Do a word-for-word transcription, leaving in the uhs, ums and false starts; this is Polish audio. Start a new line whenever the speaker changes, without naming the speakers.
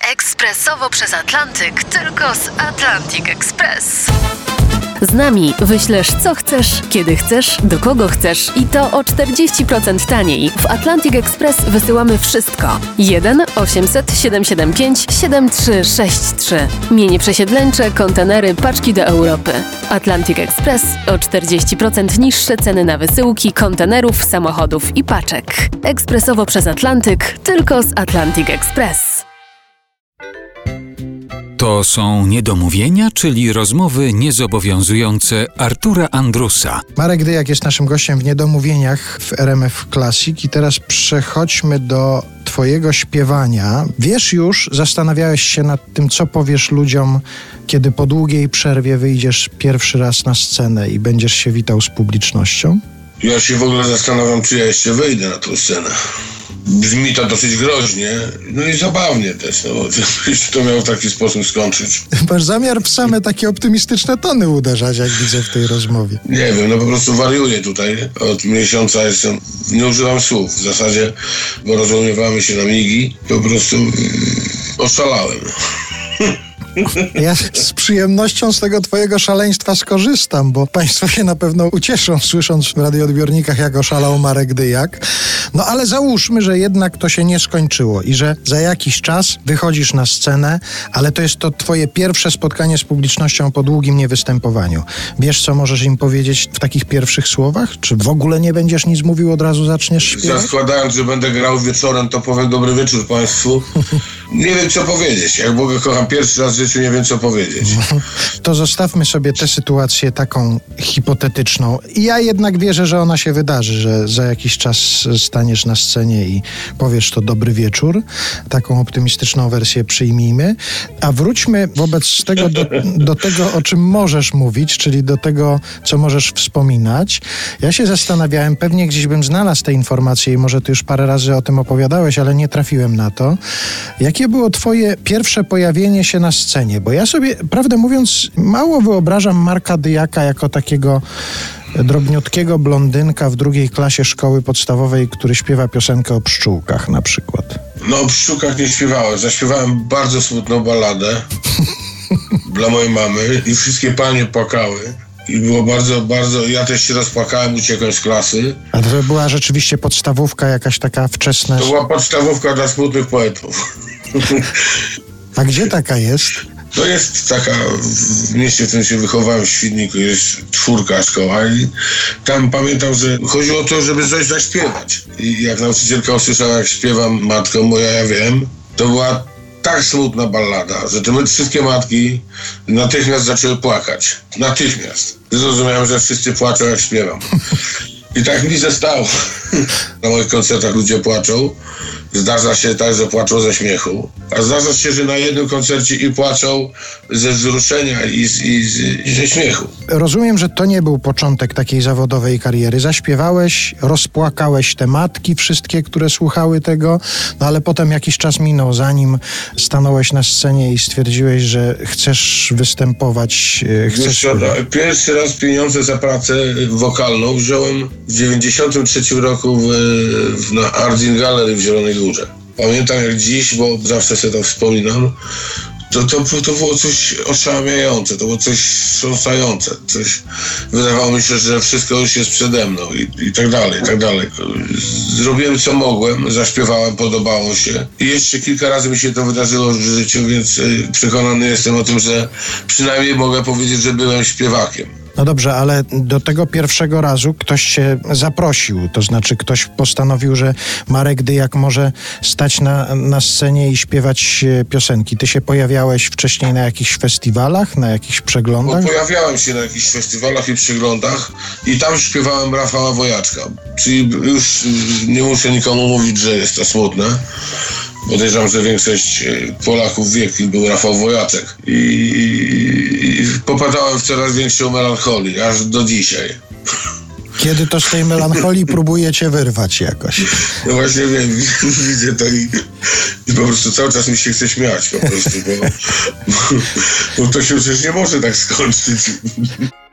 Ekspresowo przez Atlantyk, tylko z Atlantic Express. Z nami wyślesz co chcesz, kiedy chcesz, do kogo chcesz i to o czterdzieści procent taniej. W Atlantic Express wysyłamy wszystko. jeden osiemset siedemset siedemdziesiąt pięć siedemdziesiąt trzy sześćdziesiąt trzy. Mienie przesiedleńcze, kontenery, paczki do Europy. Atlantic Express o czterdzieści procent niższe ceny na wysyłki, kontenerów, samochodów i paczek. Ekspresowo przez Atlantyk, tylko z Atlantic Express.
To są niedomówienia, czyli rozmowy niezobowiązujące Artura Andrusa.
Marek Dyjak jest naszym gościem w Niedomówieniach w R M F Classic i teraz przechodźmy do twojego śpiewania. Wiesz już, zastanawiałeś się nad tym, co powiesz ludziom, kiedy po długiej przerwie wyjdziesz pierwszy raz na scenę i będziesz się witał z publicznością?
Ja się w ogóle zastanawiam, czy ja jeszcze wyjdę na tę scenę. Brzmi to dosyć groźnie, no i zabawnie też, no bo to miał w taki sposób skończyć.
Masz zamiar w same takie optymistyczne tony uderzać, jak widzę w tej rozmowie.
Nie wiem, no po prostu wariuję tutaj. Od miesiąca jestem, nie używam słów w zasadzie, bo rozumiewamy się na migi. Po prostu yy, oszalałem.
Ja z przyjemnością z tego twojego szaleństwa skorzystam, bo państwo się na pewno ucieszą, słysząc w radioodbiornikach, jak oszalał Marek Dyjak. No ale załóżmy, że jednak to się nie skończyło i że za jakiś czas wychodzisz na scenę, ale to jest to twoje pierwsze spotkanie z publicznością po długim niewystępowaniu. Wiesz, co możesz im powiedzieć w takich pierwszych słowach? Czy w ogóle nie będziesz nic mówił, od razu zaczniesz śpiewać?
Zakładając, że będę grał wieczorem, to powiem dobry wieczór państwu. Nie wiem, co powiedzieć. Jak Boga kocham pierwszy raz w życiu, nie wiem, co powiedzieć.
To zostawmy sobie tę sytuację taką hipotetyczną. I ja jednak wierzę, że ona się wydarzy, że za jakiś czas staniesz na scenie i powiesz to dobry wieczór. Taką optymistyczną wersję przyjmijmy. A wróćmy wobec tego do, do tego, o czym możesz mówić, czyli do tego, co możesz wspominać. Ja się zastanawiałem, pewnie gdzieś bym znalazł te informacje i może ty już parę razy o tym opowiadałeś, ale nie trafiłem na to. Jakie było twoje pierwsze pojawienie się na scenie? Bo ja sobie, prawdę mówiąc, mało wyobrażam Marka Dyjaka jako takiego drobniutkiego blondynka w drugiej klasie szkoły podstawowej, który śpiewa piosenkę o pszczółkach na przykład.
No o pszczółkach nie śpiewałem. Zaśpiewałem bardzo smutną balladę dla mojej mamy i wszystkie panie płakały. I było bardzo, bardzo... Ja też się rozpłakałem, uciekłem z klasy.
A to była rzeczywiście podstawówka jakaś taka wczesna?
To była podstawówka dla smutnych poetów.
A gdzie taka jest?
To jest taka, w mieście, w którym się wychowałem, w Świdniku, jest czwórka szkoła i tam pamiętam, że chodziło o to, żeby coś zaśpiewać. I jak nauczycielka usłyszała, jak śpiewam Matko moja, ja wiem, to była tak smutna ballada, że te wszystkie matki natychmiast zaczęły płakać. Natychmiast. Zrozumiałem, że wszyscy płaczą, jak śpiewam. I tak mi się stało. Na moich koncertach ludzie płaczą. Zdarza się tak, że płaczą ze śmiechu. A zdarza się, że na jednym koncercie i płaczą ze wzruszenia i, z, i, z, i ze śmiechu.
Rozumiem, że to nie był początek takiej zawodowej kariery. Zaśpiewałeś, rozpłakałeś te matki wszystkie, które słuchały tego, no ale potem jakiś czas minął, zanim stanąłeś na scenie i stwierdziłeś, że chcesz występować, chcesz...
Pierwszy raz pieniądze za pracę wokalną wziąłem w dziewięćdziesiątym trzecim roku w, w, na Art in Gallery w Zielonej Górze. Pamiętam jak dziś, bo zawsze sobie to wspominam, to, to, to było coś oszałamiające, to było coś wstrząsające, coś, wydawało mi się, że wszystko już jest przede mną i, i tak dalej, i tak dalej. Zrobiłem co mogłem, zaśpiewałem, podobało się i jeszcze kilka razy mi się to wydarzyło w życiu, więc y, przekonany jestem o tym, że przynajmniej mogę powiedzieć, że byłem śpiewakiem.
No dobrze, ale do tego pierwszego razu ktoś cię zaprosił, to znaczy ktoś postanowił, że Marek Dyjak może stać na, na scenie i śpiewać piosenki. Ty się pojawiałeś wcześniej na jakichś festiwalach, na jakichś przeglądach?
Bo pojawiałem się na jakichś festiwalach i przeglądach i tam śpiewałem Rafała Wojaczka. Czyli już nie muszę nikomu mówić, że jest to smutne. Podejrzewam, że większość Polaków wie, kim był Rafał Wojaczek. I, i, i popadałem w coraz większą melancholię, aż do dzisiaj.
Kiedy to z tej melancholii próbujecie wyrwać jakoś?
No właśnie wiem, widzę to i, i po prostu cały czas mi się chce śmiać po prostu, bo, bo, bo to się przecież nie może tak skończyć.